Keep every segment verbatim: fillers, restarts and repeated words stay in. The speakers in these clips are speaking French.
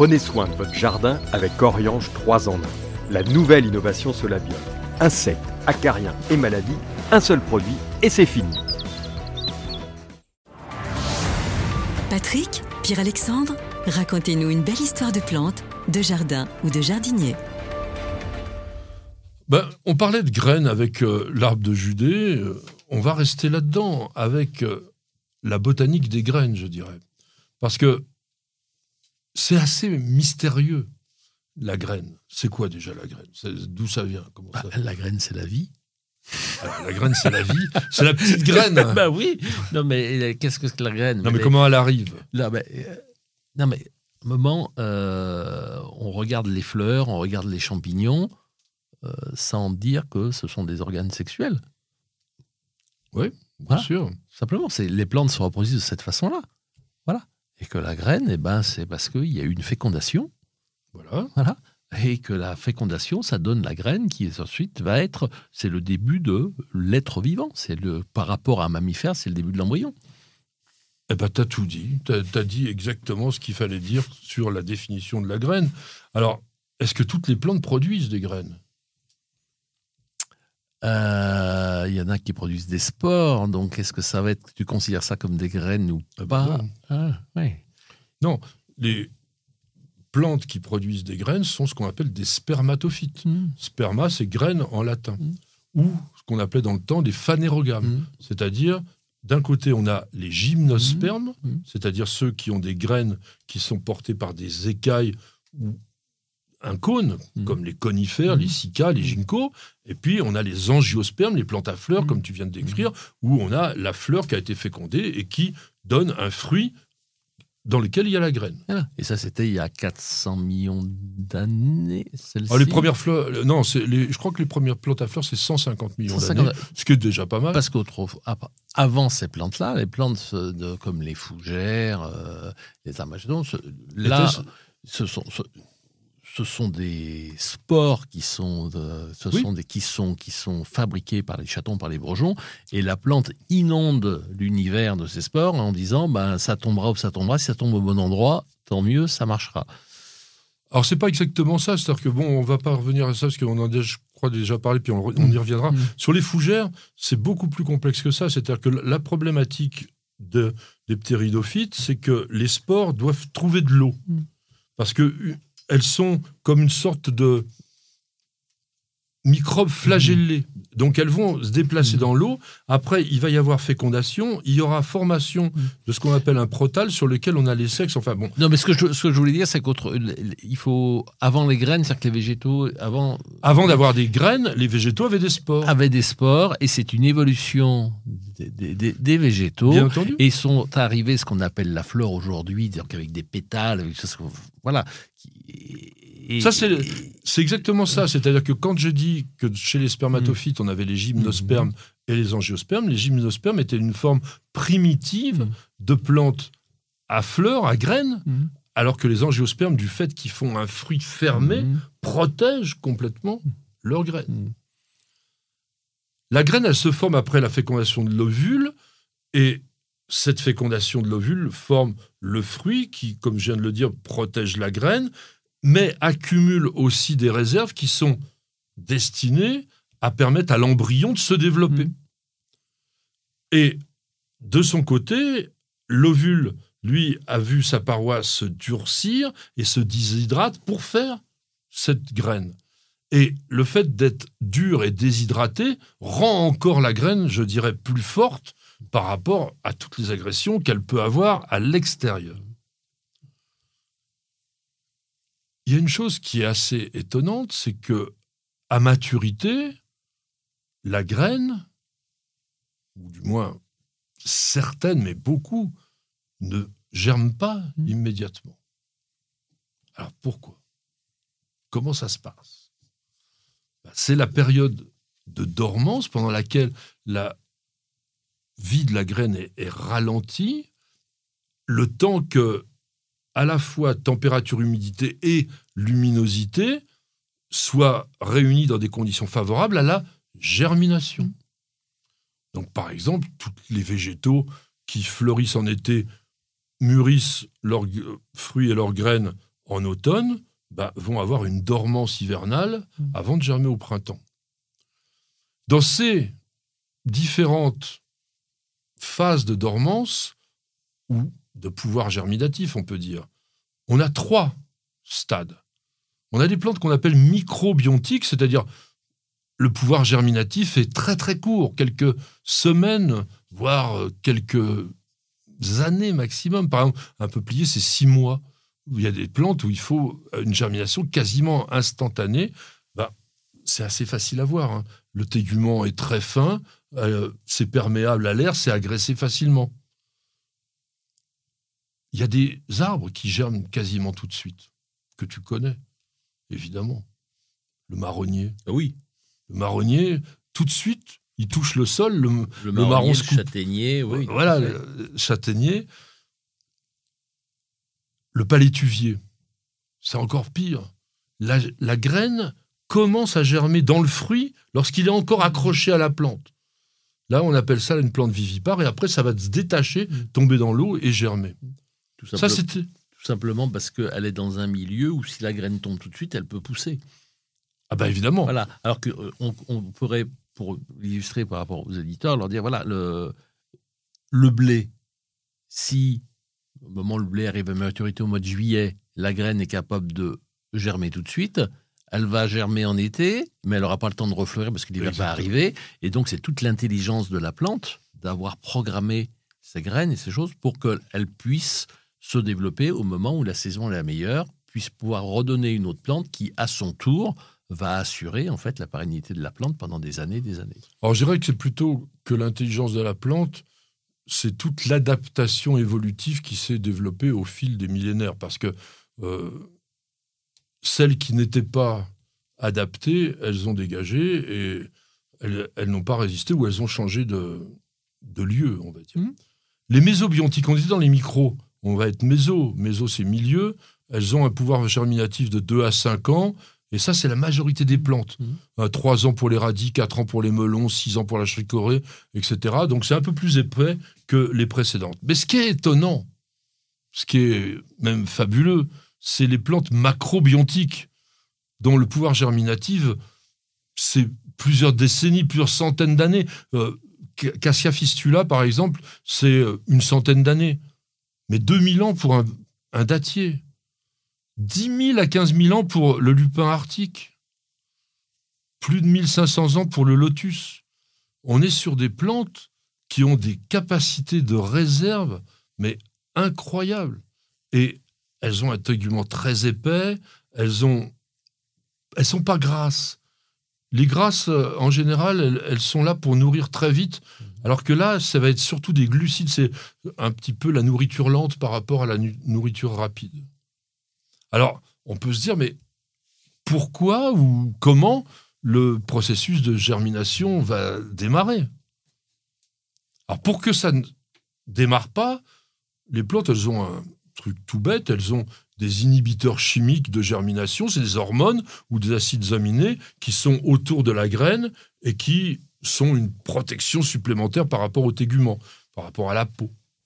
Prenez soin de votre jardin avec Oriange trois en un. La nouvelle innovation Solabiol. Insectes, acariens et maladies, un seul produit et c'est fini. Patrick, Pierre-Alexandre, racontez-nous une belle histoire de plantes, de jardin ou de jardinier. Ben, on parlait de graines avec euh, l'arbre de Judée. Euh, on va rester là-dedans avec euh, la botanique des graines, je dirais. Parce que c'est assez mystérieux, la graine. C'est quoi déjà la graine ? C'est, d'où ça vient ? Comment bah, ça... La graine, c'est la vie. Alors, la graine, c'est la vie. C'est la petite graine. Bah oui. Non, mais qu'est-ce que c'est que la graine ? Non, mais, mais comment elle arrive ? Là, mais, euh, non, mais à un moment, euh, on regarde les fleurs, on regarde les champignons, euh, sans dire que ce sont des organes sexuels. Oui, bien voilà. sûr. Simplement, c'est, les plantes se reproduisent de cette façon-là. Voilà. Et que la graine, eh ben, c'est parce qu'il y a eu une fécondation. Voilà. Voilà. Et que la fécondation, ça donne la graine qui ensuite va être, c'est le début de l'être vivant. C'est le, par rapport à un mammifère, c'est le début de l'embryon. Eh ben, t'as tout dit. T'as, t'as dit exactement ce qu'il fallait dire sur la définition de la graine. Alors, est-ce que toutes les plantes produisent des graines ? Il euh, y en a qui produisent des spores, donc est-ce que ça va être, tu considères ça comme des graines ou ah pas ? ben ah, ouais. Non, les plantes qui produisent des graines sont ce qu'on appelle des spermatophytes. Mmh. Sperma, c'est graine en latin. Mmh. Ou ce qu'on appelait dans le temps des phanérogames. Mmh. C'est-à-dire, d'un côté, on a les gymnospermes, mmh. c'est-à-dire ceux qui ont des graines qui sont portées par des écailles ou un cône, mmh. comme les conifères, mmh. les cycas, les ginkgos. Et puis, on a les angiospermes, les plantes à fleurs, mmh. comme tu viens de décrire, mmh. où on a la fleur qui a été fécondée et qui donne un fruit dans lequel il y a la graine. Voilà. Et ça, c'était il y a quatre cents millions d'années, celle-ci. Alors, les premières fleurs... Non, c'est les, je crois que les premières plantes à fleurs, c'est cent cinquante millions cent cinquante... d'années, ce qui est déjà pas mal. Parce qu'avant ces plantes-là, les plantes de, comme les fougères, euh, les armagedons, là, ce sont... Ce, Ce sont des spores qui sont, de, ce oui. sont des, qui sont, qui sont fabriqués par les chatons, par les bourgeons, et la plante inonde l'univers de ces spores en disant ben, ça tombera où ça tombera, si ça tombe au bon endroit, tant mieux, ça marchera. Alors, c'est pas exactement ça, c'est-à-dire que bon, on va pas revenir à ça, parce qu'on en a déjà, je crois, déjà parlé, puis on, on y reviendra. Mmh. Sur les fougères, c'est beaucoup plus complexe que ça, c'est-à-dire que la problématique de, des ptéridophytes, c'est que les spores doivent trouver de l'eau, mmh. parce que elles sont comme une sorte de microbes flagellés. Donc, elles vont se déplacer mmh. dans l'eau. Après, il va y avoir fécondation. Il y aura formation mmh. de ce qu'on appelle un protale sur lequel on a les sexes. Enfin, bon. Non, mais ce que je, ce que je voulais dire, c'est qu'il faut... Avant les graines, c'est-à-dire que les végétaux... Avant, avant d'avoir des graines, les végétaux avaient des spores. Avaient des spores, et c'est une évolution des, des, des, des végétaux. Bien entendu. Et ils sont arrivés ce qu'on appelle la flore aujourd'hui, donc avec des pétales, avec ce qu'on... Voilà. Et, ça, c'est, c'est exactement ça. C'est-à-dire que quand je dis que chez les spermatophytes, on avait les gymnospermes mmh. et les angiospermes, les gymnospermes étaient une forme primitive mmh. de plantes à fleurs, à graines, mmh. alors que les angiospermes, du fait qu'ils font un fruit fermé, mmh. protègent complètement leurs graines. Mmh. La graine, elle se forme après la fécondation de l'ovule, et cette fécondation de l'ovule forme le fruit qui, comme je viens de le dire, protège la graine, mais accumule aussi des réserves qui sont destinées à permettre à l'embryon de se développer. Mmh. Et de son côté, l'ovule, lui, a vu sa paroi se durcir et se déshydrate pour faire cette graine. Et le fait d'être dur et déshydraté rend encore la graine, je dirais, plus forte par rapport à toutes les agressions qu'elle peut avoir à l'extérieur. Il y a une chose qui est assez étonnante, c'est que à maturité, la graine, ou du moins certaines, mais beaucoup, ne germent pas mmh. immédiatement. Alors pourquoi ? Comment ça se passe ? C'est la période de dormance pendant laquelle la vie de la graine est, est ralentie, le temps que à la fois température, humidité et luminosité soient réunis dans des conditions favorables à la germination. Donc, par exemple, tous les végétaux qui fleurissent en été mûrissent leurs fruits et leurs graines en automne, bah, vont avoir une dormance hivernale avant de germer au printemps. Dans ces différentes phases de dormance, ou de pouvoir germinatif, on peut dire, on a trois stades. On a des plantes qu'on appelle microbiontiques, c'est-à-dire le pouvoir germinatif est très très court, quelques semaines, voire quelques années maximum. Par exemple, un peuplier, c'est six mois. Il y a des plantes où il faut une germination quasiment instantanée. Bah, c'est assez facile à voir. Hein. Le tégument est très fin, euh, c'est perméable à l'air, c'est agressé facilement. Il y a des arbres qui germent quasiment tout de suite, que tu connais, évidemment. Le marronnier. Ah oui. Le marronnier, tout de suite, il touche le sol, le, le, le marronnier, marron le se coupe. châtaignier, oui. Voilà, le châtaignier. Le palétuvier, c'est encore pire. La, la graine commence à germer dans le fruit lorsqu'il est encore accroché à la plante. Là, on appelle ça une plante vivipare, et après, ça va se détacher, tomber dans l'eau et germer. Tout, simple, ça, c'était... tout simplement parce qu'elle est dans un milieu où si la graine tombe tout de suite, elle peut pousser. Ah ben évidemment. Voilà. Alors qu'on euh, on pourrait, pour illustrer par rapport aux éditeurs, leur dire, voilà, le, le blé, si au moment où le blé arrive à maturité au mois de juillet, la graine est capable de germer tout de suite, elle va germer en été, mais elle n'aura pas le temps de refleurir parce que l'hiver va arriver. Et donc, c'est toute l'intelligence de la plante d'avoir programmé ces graines et ces choses pour qu'elles puissent se développer au moment où la saison est la meilleure, puisse pouvoir redonner une autre plante qui, à son tour, va assurer en fait la pérennité de la plante pendant des années et des années. Alors, je dirais que c'est plutôt que l'intelligence de la plante, c'est toute l'adaptation évolutive qui s'est développée au fil des millénaires. Parce que euh, celles qui n'étaient pas adaptées, elles ont dégagé et elles, elles n'ont pas résisté ou elles ont changé de, de lieu, on va dire. Mmh. Les mésobiontiques, on dit dans les micros, on va être méso. Méso, c'est milieu. Elles ont un pouvoir germinatif de deux à cinq ans. Et ça, c'est la majorité des plantes. Mmh. Euh, trois ans pour les radis, quatre ans pour les melons, six ans pour la chicorée, et cetera. Donc, c'est un peu plus épais que les précédentes. Mais ce qui est étonnant, ce qui est même fabuleux, c'est les plantes macrobiontiques, dont le pouvoir germinatif, c'est plusieurs décennies, plusieurs centaines d'années. Euh, Cassia fistula, par exemple, c'est une centaine d'années. Mais deux mille ans pour un, un dattier. dix mille à quinze mille ans pour le lupin arctique. Plus de mille cinq cents ans pour le lotus. On est sur des plantes qui ont des capacités de réserve, mais incroyables. Et elles ont un tégument très épais, elles ont, elles sont pas grasses. Les grasses, en général, elles, elles sont là pour nourrir très vite, alors que là, ça va être surtout des glucides. C'est un petit peu la nourriture lente par rapport à la nu- nourriture rapide. Alors, on peut se dire, mais pourquoi ou comment le processus de germination va démarrer ? Alors, pour que ça ne démarre pas, les plantes, elles ont un truc tout bête, elles ont des inhibiteurs chimiques de germination, c'est des hormones ou des acides aminés qui sont autour de la graine et qui sont une protection supplémentaire par rapport au tégument, par rapport à la peau.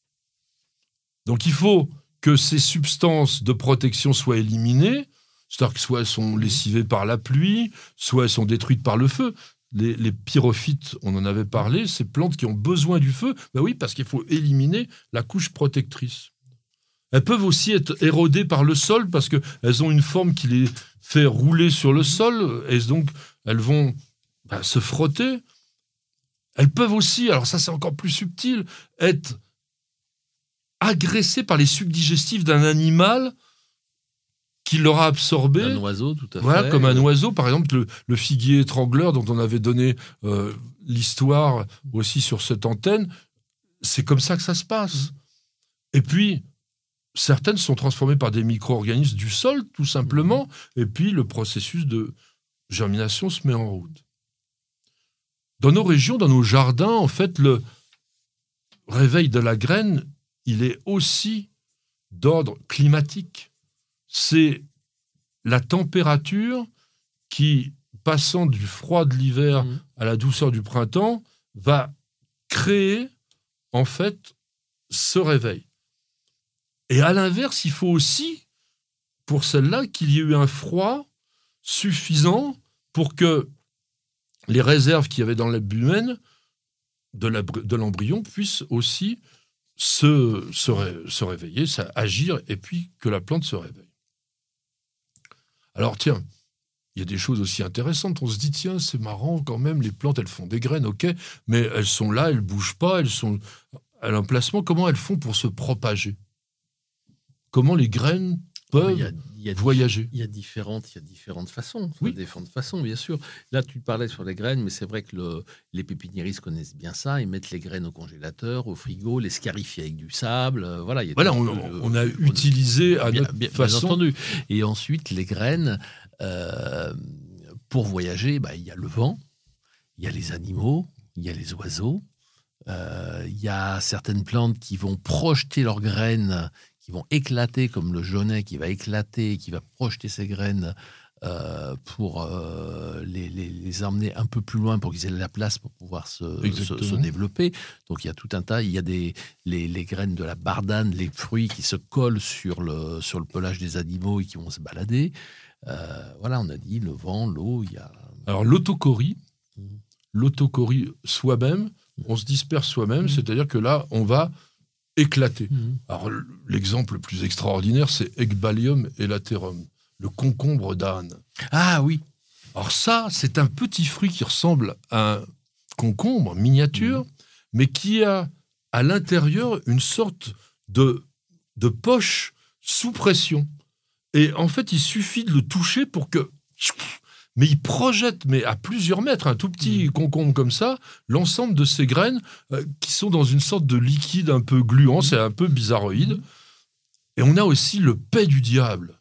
Donc, il faut que ces substances de protection soient éliminées, c'est-à-dire que soit elles sont lessivées par la pluie, soit elles sont détruites par le feu. Les, les pyrophytes, on en avait parlé, ces plantes qui ont besoin du feu, ben oui, parce qu'il faut éliminer la couche protectrice. Elles peuvent aussi être érodées par le sol parce qu'elles ont une forme qui les fait rouler sur le sol et donc elles vont ben, se frotter. Elles peuvent aussi, alors ça c'est encore plus subtil, être agressées par les sucs digestifs d'un animal qui l'aura absorbé. Un oiseau, tout à voilà, fait. Comme un oiseau, par exemple, le, le figuier étrangleur dont on avait donné euh, l'histoire aussi sur cette antenne, c'est comme ça que ça se passe. Et puis, certaines sont transformées par des micro-organismes du sol, tout simplement, et puis le processus de germination se met en route. Dans nos régions, dans nos jardins, en fait, le réveil de la graine, il est aussi d'ordre climatique. C'est la température qui, passant du froid de l'hiver mmh. à la douceur du printemps, va créer, en fait, ce réveil. Et à l'inverse, il faut aussi, pour celle-là qu'il y ait eu un froid suffisant pour que les réserves qu'il y avait dans l'albumène de, la, de l'embryon puissent aussi se, se, ré, se réveiller, ça, agir, et puis que la plante se réveille. Alors tiens, il y a des choses aussi intéressantes. On se dit, tiens, c'est marrant quand même, les plantes, elles font des graines, ok, mais elles sont là, elles ne bougent pas, elles sont à l'emplacement. Comment elles font pour se propager ? Comment les graines peuvent il y a, il y a voyager ? Il y a différentes, il y a différentes façons, oui. différentes façons, bien sûr. Là, tu parlais sur les graines, mais c'est vrai que le, les pépiniéristes connaissent bien ça. Ils mettent les graines au congélateur, au frigo, les scarifient avec du sable. Euh, voilà, il y a voilà on, de, on a on, utilisé à bien, notre bien, façon. Bien entendu. Et ensuite, les graines, euh, pour voyager, bah, il y a le vent, il y a les animaux, il y a les oiseaux. Euh, il y a certaines plantes qui vont projeter leurs graines, qui vont éclater, comme le genêt qui va éclater, qui va projeter ses graines euh, pour euh, les, les, les emmener un peu plus loin pour qu'ils aient la place pour pouvoir se, se, se développer. Donc il y a tout un tas. Il y a des, les, les graines de la bardane, les fruits qui se collent sur le, sur le pelage des animaux et qui vont se balader. Euh, voilà, on a dit le vent, l'eau, il y a... Alors l'autocorie, mmh. l'autocorie soi-même, on se disperse soi-même, mmh. c'est-à-dire que là, on va éclater. Mmh. Alors, l'exemple le plus extraordinaire, c'est Ecballium elaterum, le concombre d'Anne. Ah oui. Alors ça, c'est un petit fruit qui ressemble à un concombre miniature, mmh. mais qui a à l'intérieur une sorte de, de poche sous pression. Et en fait, il suffit de le toucher pour que... Mais il projette, mais à plusieurs mètres, un tout petit mmh. concombre comme ça, l'ensemble de ces graines euh, qui sont dans une sorte de liquide un peu gluant, mmh. c'est un peu bizarroïde. Mmh. Et on a aussi le paix du diable,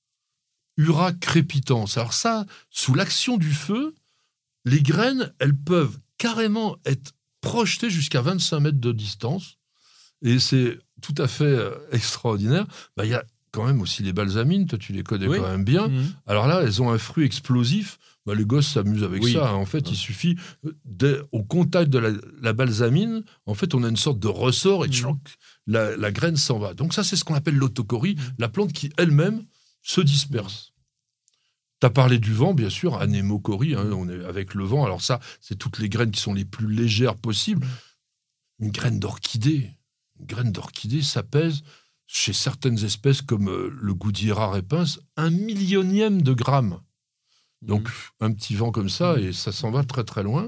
Ura crépitans. Alors ça, sous l'action du feu, les graines, elles peuvent carrément être projetées jusqu'à vingt-cinq mètres de distance. Et c'est tout à fait euh, extraordinaire. Bah, il y a quand même aussi les balsamines, toi tu les connais oui. quand même bien. Mmh. Alors là, elles ont un fruit explosif. Bah, les gosses s'amusent avec oui. ça. En fait, mmh. il suffit, au contact de la, la balsamine, en fait, on a une sorte de ressort et mmh. tchouk, la, la graine s'en va. Donc ça, c'est ce qu'on appelle l'autocorie, mmh. la plante qui elle-même se disperse. Tu as parlé du vent, bien sûr, anémocorie, hein, on est avec le vent. Alors ça, c'est toutes les graines qui sont les plus légères possibles. Une graine d'orchidée, une graine d'orchidée, ça pèse... chez certaines espèces comme euh, le Goudiera repens, un millionième de gramme. Donc, mmh. un petit vent comme ça, et ça s'en va très très loin.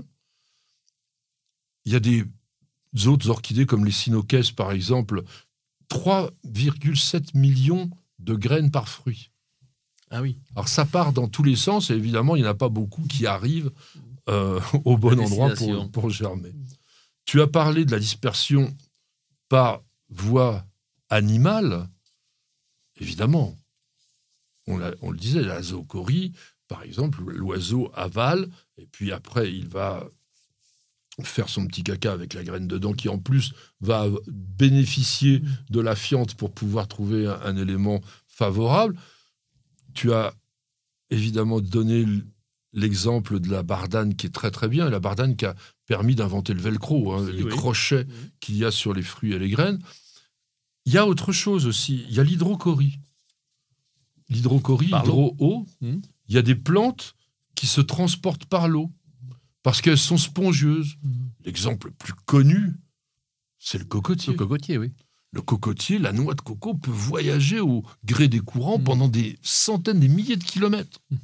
Il y a des autres orchidées, comme les Sinocès, par exemple, trois virgule sept millions de graines par fruit. Ah oui. Alors, ça part dans tous les sens, et évidemment, il n'y en a pas beaucoup qui arrivent euh, au bon endroit pour, pour germer. Tu as parlé de la dispersion par voie animal, évidemment, on, on le disait, la zoocorie, par exemple, l'oiseau avale, et puis après, il va faire son petit caca avec la graine dedans, qui en plus va bénéficier de la fiente pour pouvoir trouver un, un élément favorable. Tu as évidemment donné l'exemple de la bardane, qui est très très bien, la bardane qui a permis d'inventer le velcro, hein, les oui. crochets oui. qu'il y a sur les fruits et les graines. Il y a autre chose aussi, il y a l'hydrocorie. L'hydrocorie, hydro-eau, mmh. il y a des plantes qui se transportent par l'eau parce qu'elles sont spongieuses. Mmh. L'exemple le plus connu, c'est le cocotier. Le cocotier, oui. Le cocotier, la noix de coco, peut voyager au gré des courants mmh. pendant des centaines, des milliers de kilomètres. Mmh.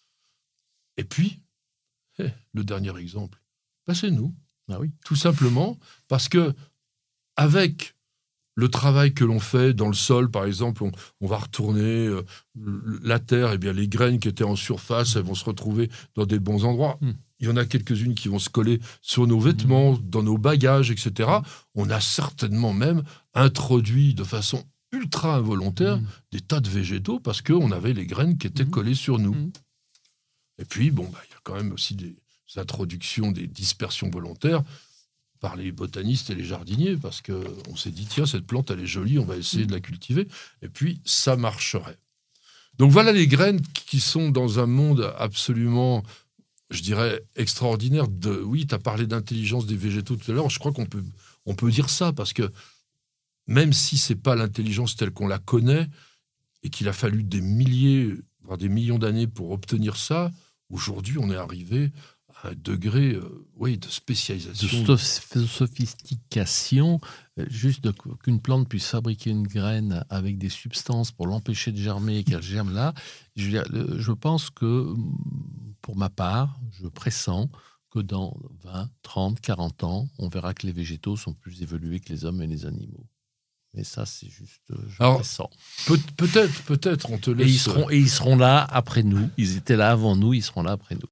Et puis, eh, le dernier exemple, ben c'est nous. Ah oui. Tout simplement parce que avec le travail que l'on fait dans le sol, par exemple, on, on va retourner euh, la terre, et bien les graines qui étaient en surface, elles vont se retrouver dans des bons endroits. Mmh. Il y en a quelques-unes qui vont se coller sur nos vêtements, mmh. dans nos bagages, et cetera. On a certainement même introduit de façon ultra involontaire mmh. des tas de végétaux parce qu'on avait les graines qui étaient mmh. collées sur nous. Mmh. Et puis, bon, bah, il y a quand même aussi des introductions, des dispersions volontaires par les botanistes et les jardiniers, parce qu'on s'est dit, tiens, cette plante, elle est jolie, on va essayer mmh. de la cultiver, et puis ça marcherait. Donc voilà les graines qui sont dans un monde absolument, je dirais, extraordinaire. De, oui, tu as parlé d'intelligence des végétaux tout à l'heure, je crois qu'on peut, on peut dire ça, parce que même si ce n'est pas l'intelligence telle qu'on la connaît, et qu'il a fallu des milliers, voire des millions d'années pour obtenir ça, aujourd'hui, on est arrivé à un degré euh, oui, de spécialisation. De sophistication, juste de, qu'une plante puisse fabriquer une graine avec des substances pour l'empêcher de germer et qu'elle germe là. Je veux dire, je pense que, pour ma part, je pressens que dans vingt, trente, quarante ans, on verra que les végétaux sont plus évolués que les hommes et les animaux. Mais ça, c'est juste... Je Alors, pressens. Peut, peut-être, peut-être, on te laisse... Et ils, seront, et ils seront là après nous. Ils étaient là avant nous, ils seront là après nous.